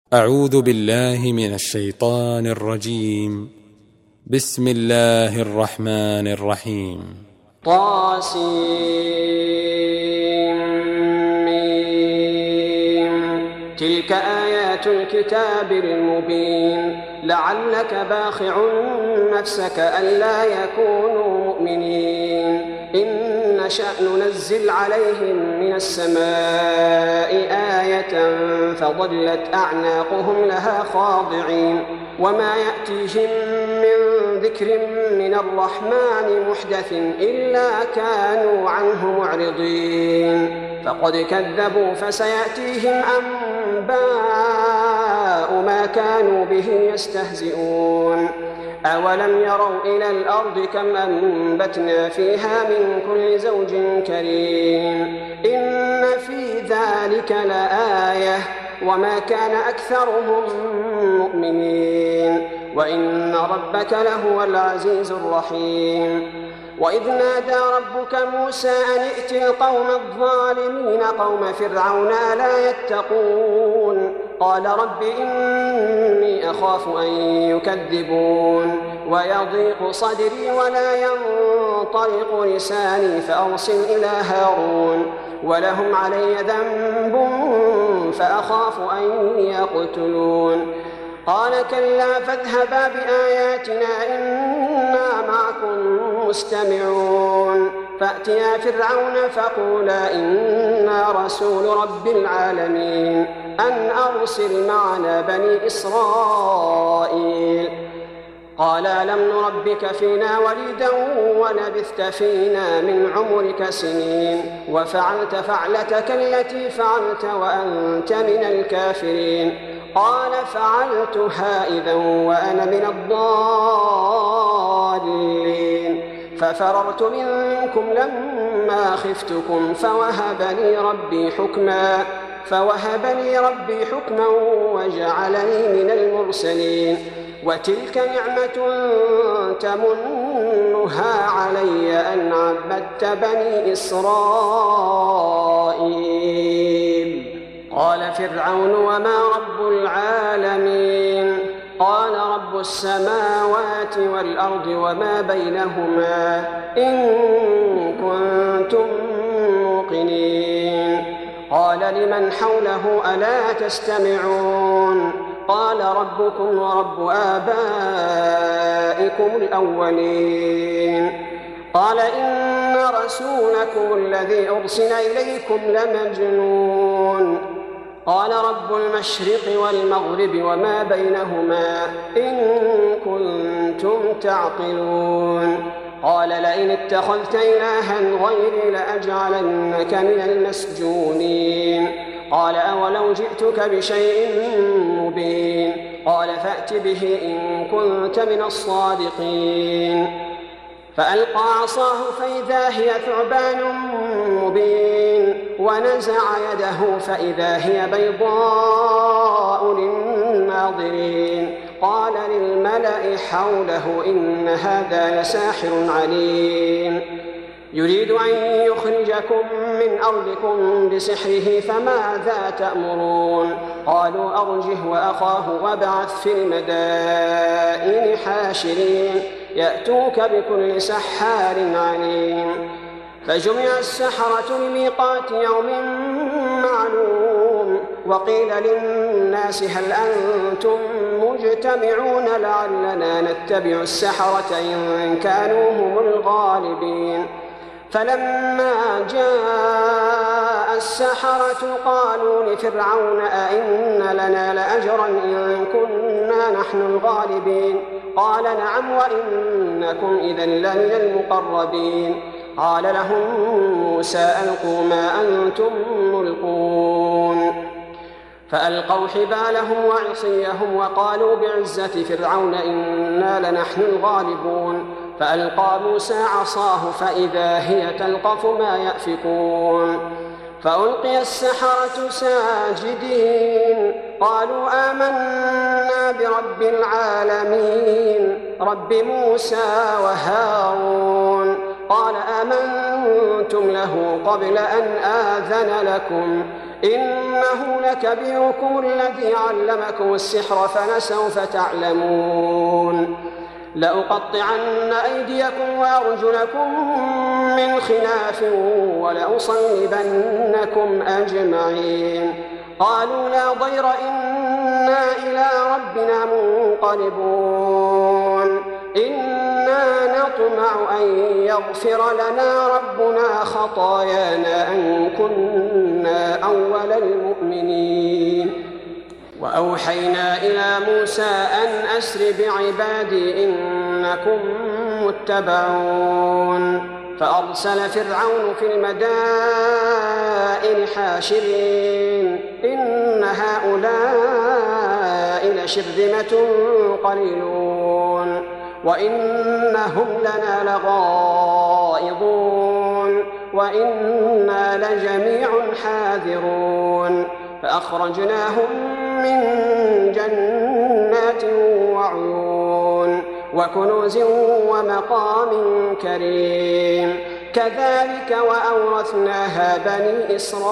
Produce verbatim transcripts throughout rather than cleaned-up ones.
أعوذ بالله من الشيطان الرجيم. بسم الله الرحمن الرحيم. طاسيم. تلك آيات الكتاب المبين. لعلك باخع نفسك ألا يكونوا مؤمنين. إن نشأ ننزل عليهم من السماء آية فظلت أعناقهم لها خاضعين. وما يأتيهم من ذكر من الرحمن محدث إلا كانوا عنه معرضين. فقد كذبوا فسيأتيهم أنباء ما كانوا به يستهزئون. أولم يروا إلى الأرض كم أنبتنا فيها من كل زوج كريم. إن في ذلك لآية وما كان أكثرهم مؤمنين وإن ربك لهو العزيز الرحيم. وإذ نادى ربك موسى أن ائت القوم الظالمين قوم فرعون ألا يتقون. قال رب إني أخاف أن يكذبون ويضيق صدري ولا ينطلق لساني فأرسل إلى هارون ولهم علي ذنب فأخاف أن يقتلون. قال كلا فاذهبا بآياتنا إنا معكم مستمعون. فأتيا فرعون فقولا إنا رسول رب العالمين أن أرسل معنا بني إسرائيل. قال ألم نربك فينا وليدا ولبثت فينا من عمرك سنين وفعلت فعلتك التي فعلت وأنت من الكافرين. قال فعلتها إذا وأنا من الضالين. ففررت منكم لما خفتكم فوهب لي ربي حكما فوهب لي ربي حكما وجعلني من المرسلين. وتلك نعمة تمنها علي أن عبدت بني إسرائيل. قال فرعون وما رب العالمين. قال رب السماوات والأرض وما بينهما إن كنتم موقنين. قال لمن حوله ألا تستمعون. قال ربكم ورب آبائكم الأولين. قال إن رسولكم الذي أرسل إليكم لمجنون. قال رب المشرق والمغرب وما بينهما إن كنتم تعقلون. قال لئن اتخذت إلها غيري لأجعلنك من المسجونين. قال أولو جئتك بشيء مبين. قال فأت به إن كنت من الصادقين. فألقى عصاه فإذا هي ثعبان مبين ونزع يده فإذا هي بيضاء للناظرين. قال للملأ حوله إن هذا لساحر عليم. يريد أن يخرجكم من أرضكم بسحره فماذا تأمرون. قالوا أرجه وأخاه وابعث في المدائن حاشرين يأتوك بكل سحار عليم. فجمع السحرة لميقات يوم معلوم. وقيل للناس هل أنتم مجتمعون لعلنا نتبع السحرة إن كانوا هم الغالبين. فلما جاء السحرة قالوا لفرعون أئن لنا لأجرا إن كنا نحن الغالبين. قال نعم وإنكم إذا لمن المقربين. قال لهم موسى ألقوا ما أنتم ملقون. فألقوا حبالهم وعصيهم وقالوا بعزة فرعون إنا لنحن الغالبون. فألقى موسى عصاه فإذا هي تلقف ما يأفكون. فألقي السحرة ساجدين قالوا آمنا برب العالمين رب موسى وهارون. قال آمنتم له قبل أن آذن لكم إنه لكبيركم الذي علمكم السحر فلسوف تعلمون لأقطعن أيديكم وأرجلكم من خلاف ولأصلبنكم أجمعين قالوا لا ضير إنا إلى ربنا منقلبون إنا نطمع أن يغفر لنا ربنا خطايانا أن كنا أول المؤمنين وأوحينا إلى موسى أن أسر بعبادي إنكم متبعون فأرسل فرعون في المدائن حاشرين إن هؤلاء لشرذمة قليلون وإنهم لنا لغائظون وإنا لجميع حاذرون فأخرجناهم من جنات وعيون وكنوز ومقام كريم كذلك وأورثناها بني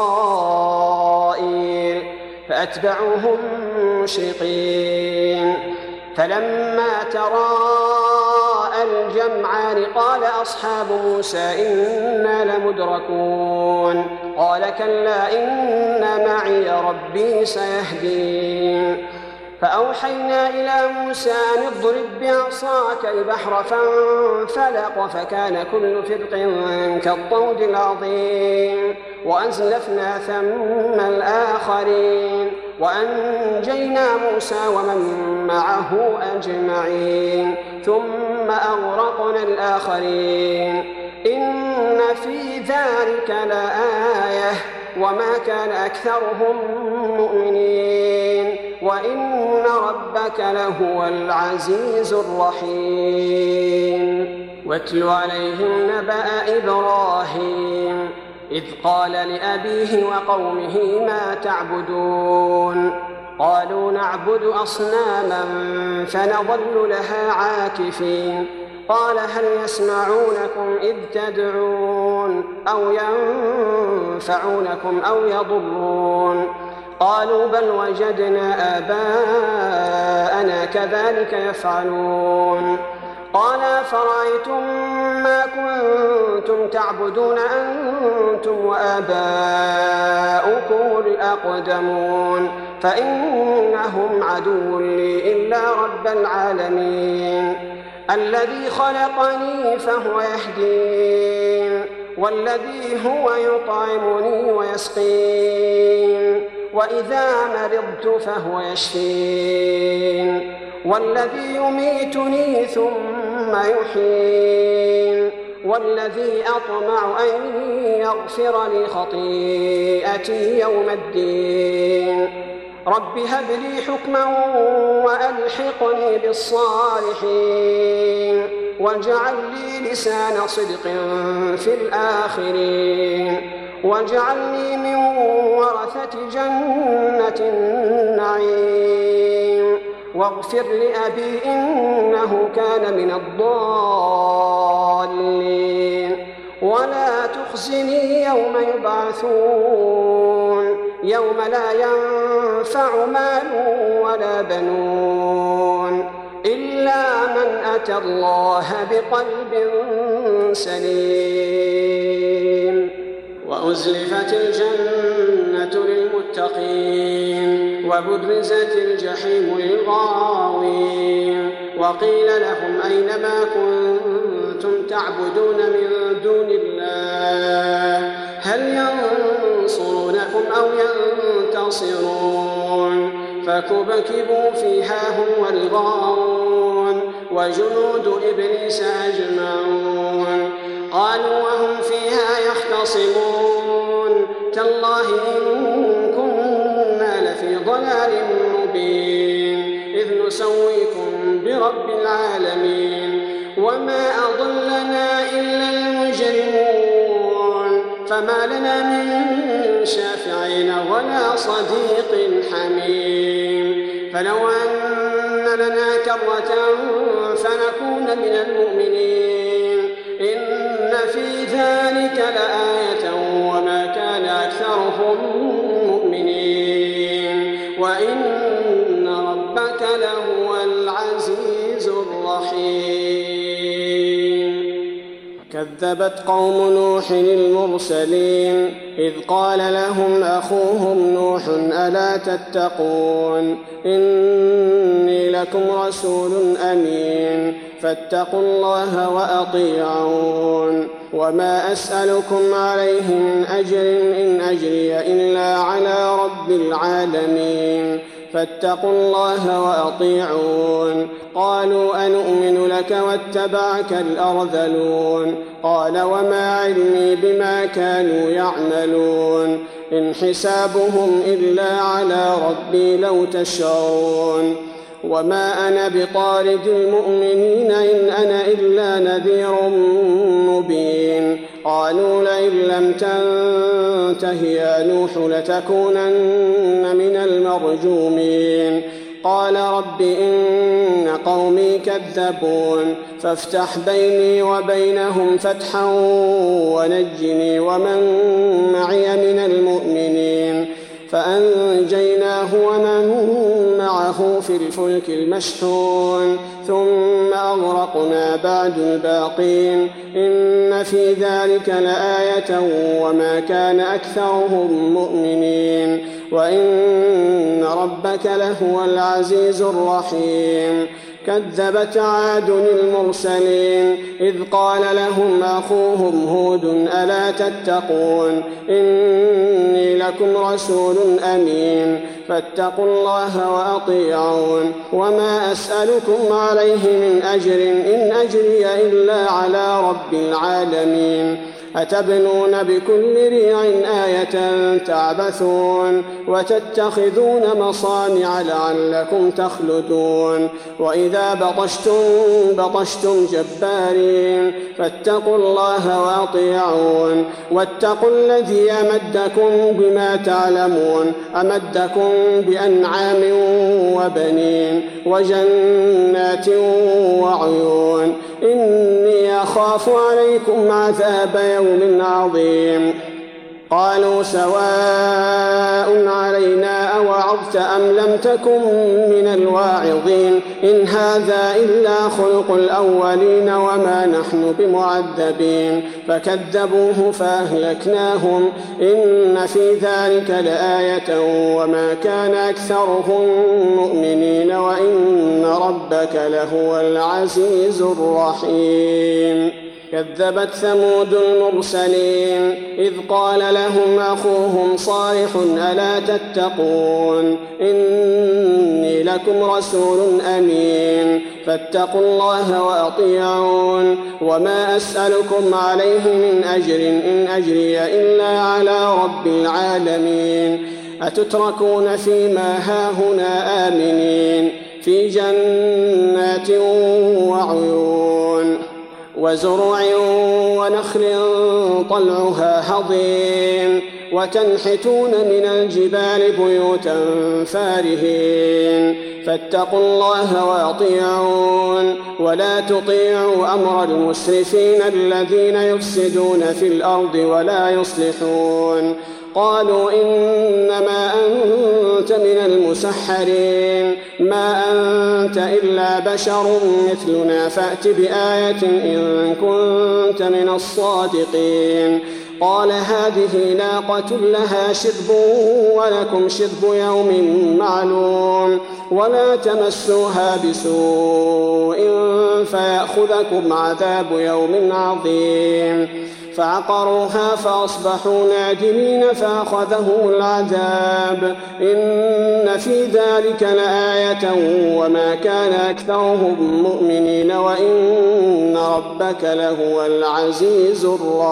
إسرائيل فأتبعوهم مشرقين فلما تراءى الجمعان قال أصحاب موسى إنا لمدركون قال كلا إن معي ربي سيهدين فأوحينا إلى موسى أن اضرب بعصاك البحر فانفلق فكان كل فرق كالطود العظيم وأزلفنا ثم الآخرين وأنجينا موسى ومن معه أجمعين ثم أغرقنا الآخرين إن في ذلك لآية وما كان أكثرهم مؤمنين وإن ربك لهو العزيز الرحيم واتل عليهم نبأ إبراهيم إذ قال لأبيه وقومه ما تعبدون قالوا نعبد أصناما فنظل لها عاكفين قال هل يسمعونكم إذ تدعون أو ينفعونكم أو يضرون قالوا بل وجدنا آباءنا كذلك يفعلون قال أفرأيتم ما كنتم تعبدون أنتم وآباؤكم الأقدمون فإنهم عدو لي إلا رب العالمين الذي خلقني فهو يهدين والذي هو يطعمني ويسقين وإذا مرضت فهو يشفين والذي يميتني ثم يحيين والذي أطمع أن يغفر لي خطيئتي يوم الدين رب هب لي حكما وألحقني بالصالحين واجعل لي لسان صدق في الآخرين واجعلني من ورثة جنة النعيم واغفر لأبي إنه كان من الضالين ولا تخزني يوم يبعثون يوم لا ينفع مال ولا بنون إلا من أتى الله بقلب سليم وأزلفت الجنة للمتقين وبرزت الجحيم للغاوين وقيل لهم أين ما كنتم تعبدون من دون الله هل ينصرونكم أو ينتصرون فكبكبوا فيها هم والغاوون وجنود إبليس أجمعون قالوا وهم فيها يختصمون تالله إن كنا لفي ضلال مبين إذ نسويكم برب العالمين وما أضلنا إلا المجرمون فما لنا من شافعين ولا صديق حميم فلو أن لنا كرة فنكون من المؤمنين إن في ذلك لآية وما كان أكثرهم المؤمنين وإن ربك لهو العزيز الرحيم. كذبت قوم نوح المرسلين إذ قال لهم أخوهم نوح ألا تتقون إني لكم رسول أمين فاتقوا الله وأطيعون وما أسألكم عليه من أجر إن أجري إلا على رب العالمين فاتقوا الله وأطيعون. قالوا أنؤمن لك واتبعك الأرذلون قال وما علمي بما كانوا يعملون إن حسابهم إلا على ربي لو تشعرون وما أنا بطارد المؤمنين إن أنا إلا نذير مبين. قالوا لئن لم تنته يا نوح لتكونن من المرجومين. قال رب إن قومي كذبون فافتح بيني وبينهم فتحا ونجني ومن معي من المؤمنين. فأنجيناه ومن معه في الفلك المشحون ثم أغرقنا بعد الباقين إن في ذلك لآية وما كان أكثرهم مؤمنين وإن ربك لهو العزيز الرحيم. كذبت عاد المرسلين إذ قال لهم أخوهم هود ألا تتقون إني لكم رسول أمين فاتقوا الله وأطيعون وما أسألكم عليه من أجر إن أجري إلا على رب العالمين. أتبنون بكل ريع آية تعبثون وتتخذون مصانع لعلكم تخلدون وإذا بطشتم بطشتم جبارين فاتقوا الله وأطيعون واتقوا الذي أمدكم بما تعلمون أمدكم بأنعام وبنين وجنات وعيون إني أخاف عليكم عذاب يوم عظيم. قالوا سواء علينا أوعظت أم لم تكن من الواعظين إن هذا إلا خلق الأولين وما نحن بمعذبين. فكذبوه فأهلكناهم إن في ذلك لآية وما كان أكثرهم مؤمنين وإن ربك لهو العزيز الرحيم. كذبت ثمود المرسلين إذ قال لهم أخوهم صالح ألا تتقون إني لكم رسول أمين فاتقوا الله وأطيعون وما أسألكم عليه من أجر إن أجري إلا على رب العالمين. أتتركون فيما هاهنا آمنين في جنات وعيون وزروع ونخل طلعها هضيم وتنحتون من الجبال بيوتا فارهين فاتقوا الله وأطيعون ولا تطيعوا أمر المسرفين الذين يفسدون في الأرض ولا يصلحون. قالوا إنما أنت من المسحرين ما أنت إلا بشر مثلنا فأت بآية إن كنت من الصادقين. قال هذه ناقة لها شرب ولكم شرب يوم معلوم ولا تمسوها بسوء فيأخذكم عذاب يوم عظيم. فعقروها فأصبحوا نادمين فأخذهم العذاب إن في ذلك لآية وما كان أكثرهم مؤمنين وإن ربك لهو العزيز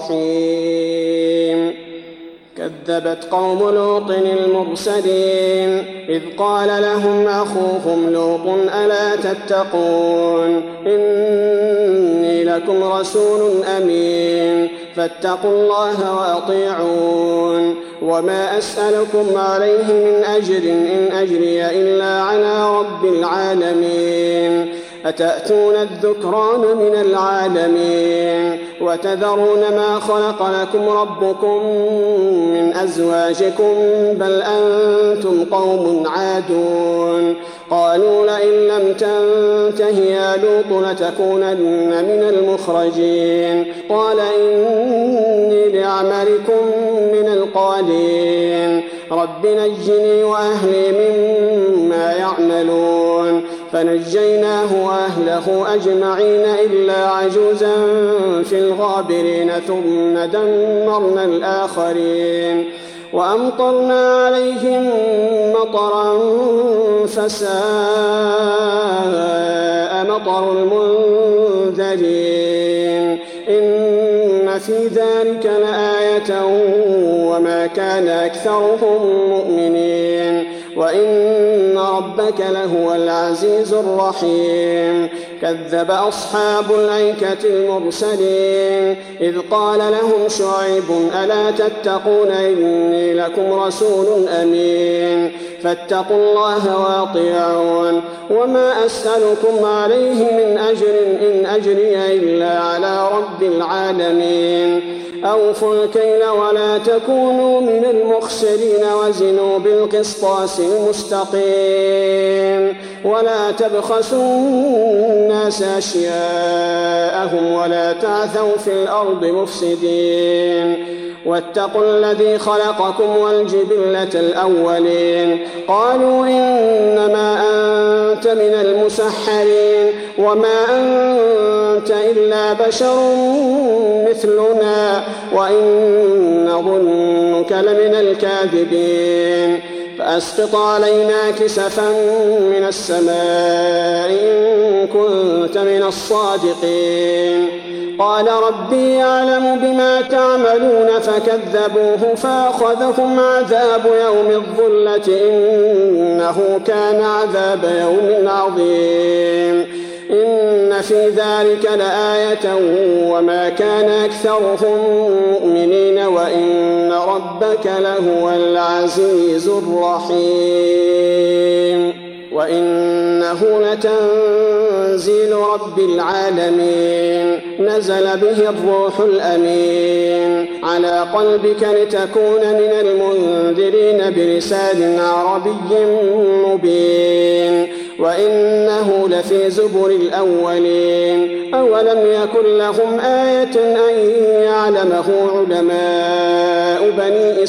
الرحيم. كذبت قوم لوط المرسلين إذ قال لهم أخوهم لوط ألا تتقون إني لكم رسول أمين فاتقوا الله وأطيعون وما أسألكم عليه من أجر إن أجري إلا على رب العالمين. أتأتون الذكران من العالمين وتذرون ما خلق لكم ربكم من أزواجكم بل أنتم قوم عادون قالوا لئن لم تنته يا لوط لتكونن من المخرجين قال إني لعملكم من القالين رب نجني وأهلي مما يعملون فنجيناه وأهله أجمعين إلا عجوزا في الغابرين ثم دمرنا الآخرين وأمطرنا عليهم مطرا فساء مطر المنذرين إن في ذلك لآية وما كان أكثرهم مؤمنين وإن ربك لهو العزيز الرحيم كذب أصحاب الأيكة المرسلين إذ قال لهم شعيب ألا تتقون إني لكم رسول أمين فاتقوا الله وأطيعون وما أسألكم عليه من أجر إن أجري إلا على رب العالمين أوفوا الكيل ولا تكونوا من المخسرين وزنوا بالقسطاس المستقيم ولا تبخسوا الناس أشياءهم ولا تعثوا في الأرض مفسدين واتقوا الذي خلقكم والجبلة الأولين قالوا إنما أنت من المسحرين وما أنت إلا بشر مثلنا وإن ظنك لمن الكاذبين فأسقط علينا كسفا من السماء إن كنت من الصادقين قال ربي يعلم بما تعملون فكذبوه فأخذهم عذاب يوم الظلة إنه كان عذاب يوم عظيم إن في ذلك لآية وما كان أكثرهم مؤمنين وإن ربك لهو العزيز الرحيم وإنه لتنزيل رب العالمين نزل به الروح الأمين على قلبك لتكون من المنذرين بلسان عربي مبين وإنه لفي زبر الأولين أولم يكن لهم آية أن يعلمه علماء بني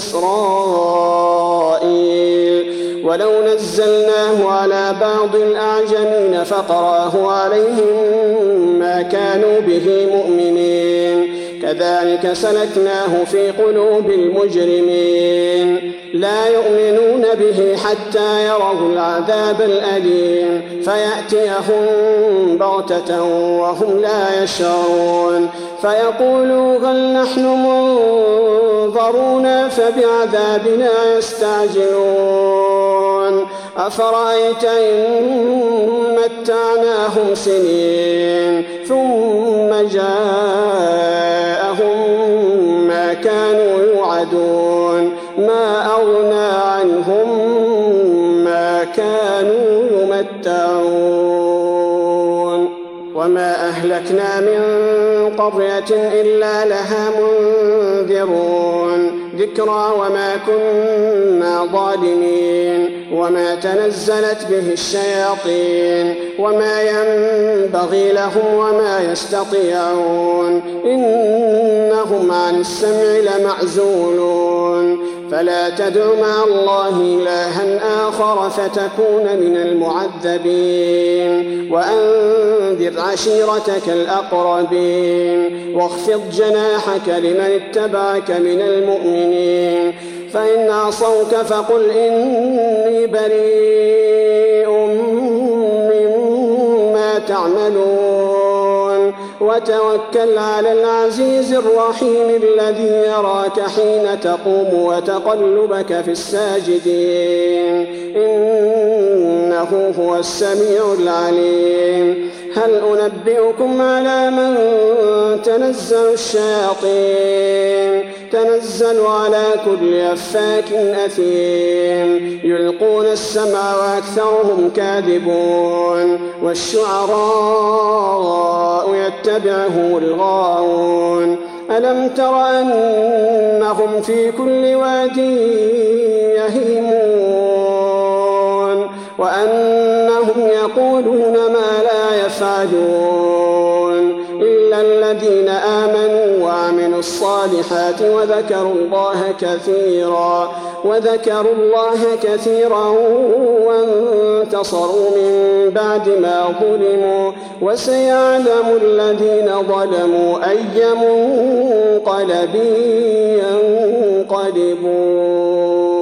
إسرائيل ولو نزلناه على بعض الأعجمين فقرأه عليهم ما كانوا به مؤمنين كذلك سلكناه في قلوب المجرمين لا يؤمنون به حتى يروا العذاب الأليم فيأتيهم بغتة وهم لا يشعرون فيقولوا هل نحن منظرون فبعذابنا يستعجلون أفرأيت إن متعناهم سنين ثم جاءهم ما كانوا يوعدون ما أغنى عنهم ما كانوا يمتعون وما أهلكنا من قرية إلا لها منذرون ذكرى وما كنا ظالمين وما تنزلت به الشياطين وما ينبغي لهم وما يستطيعون إنهم عن السمع لمعزولون فلا تدع مع الله إلها آخر فتكون من المعذبين وأنذر عشيرتك الأقربين واخفض جناحك لمن اتبعك من المؤمنين فإن عصوك فقل إني بريء مما تعملون وتوكل على العزيز الرحيم الذي يراك حين تقوم وتقلبك في الساجدين إنه هو السميع العليم هل أنبئكم على من تنزل الشياطين تنزل على كل أفاك أثيم يلقون السمع وأكثرهم كاذبون والشعراء يتبعهم الغاوون ألم تر أنهم في كل واد يهيمون وأنهم يقولون ما لا يفعلون إلا الذين آمنوا وعملوا الصالحات وذكروا الله كثيرا وذكروا الله كثيرا وانتصروا من بعد ما ظلموا وسيعلم الذين ظلموا أي منقلب ينقلبون.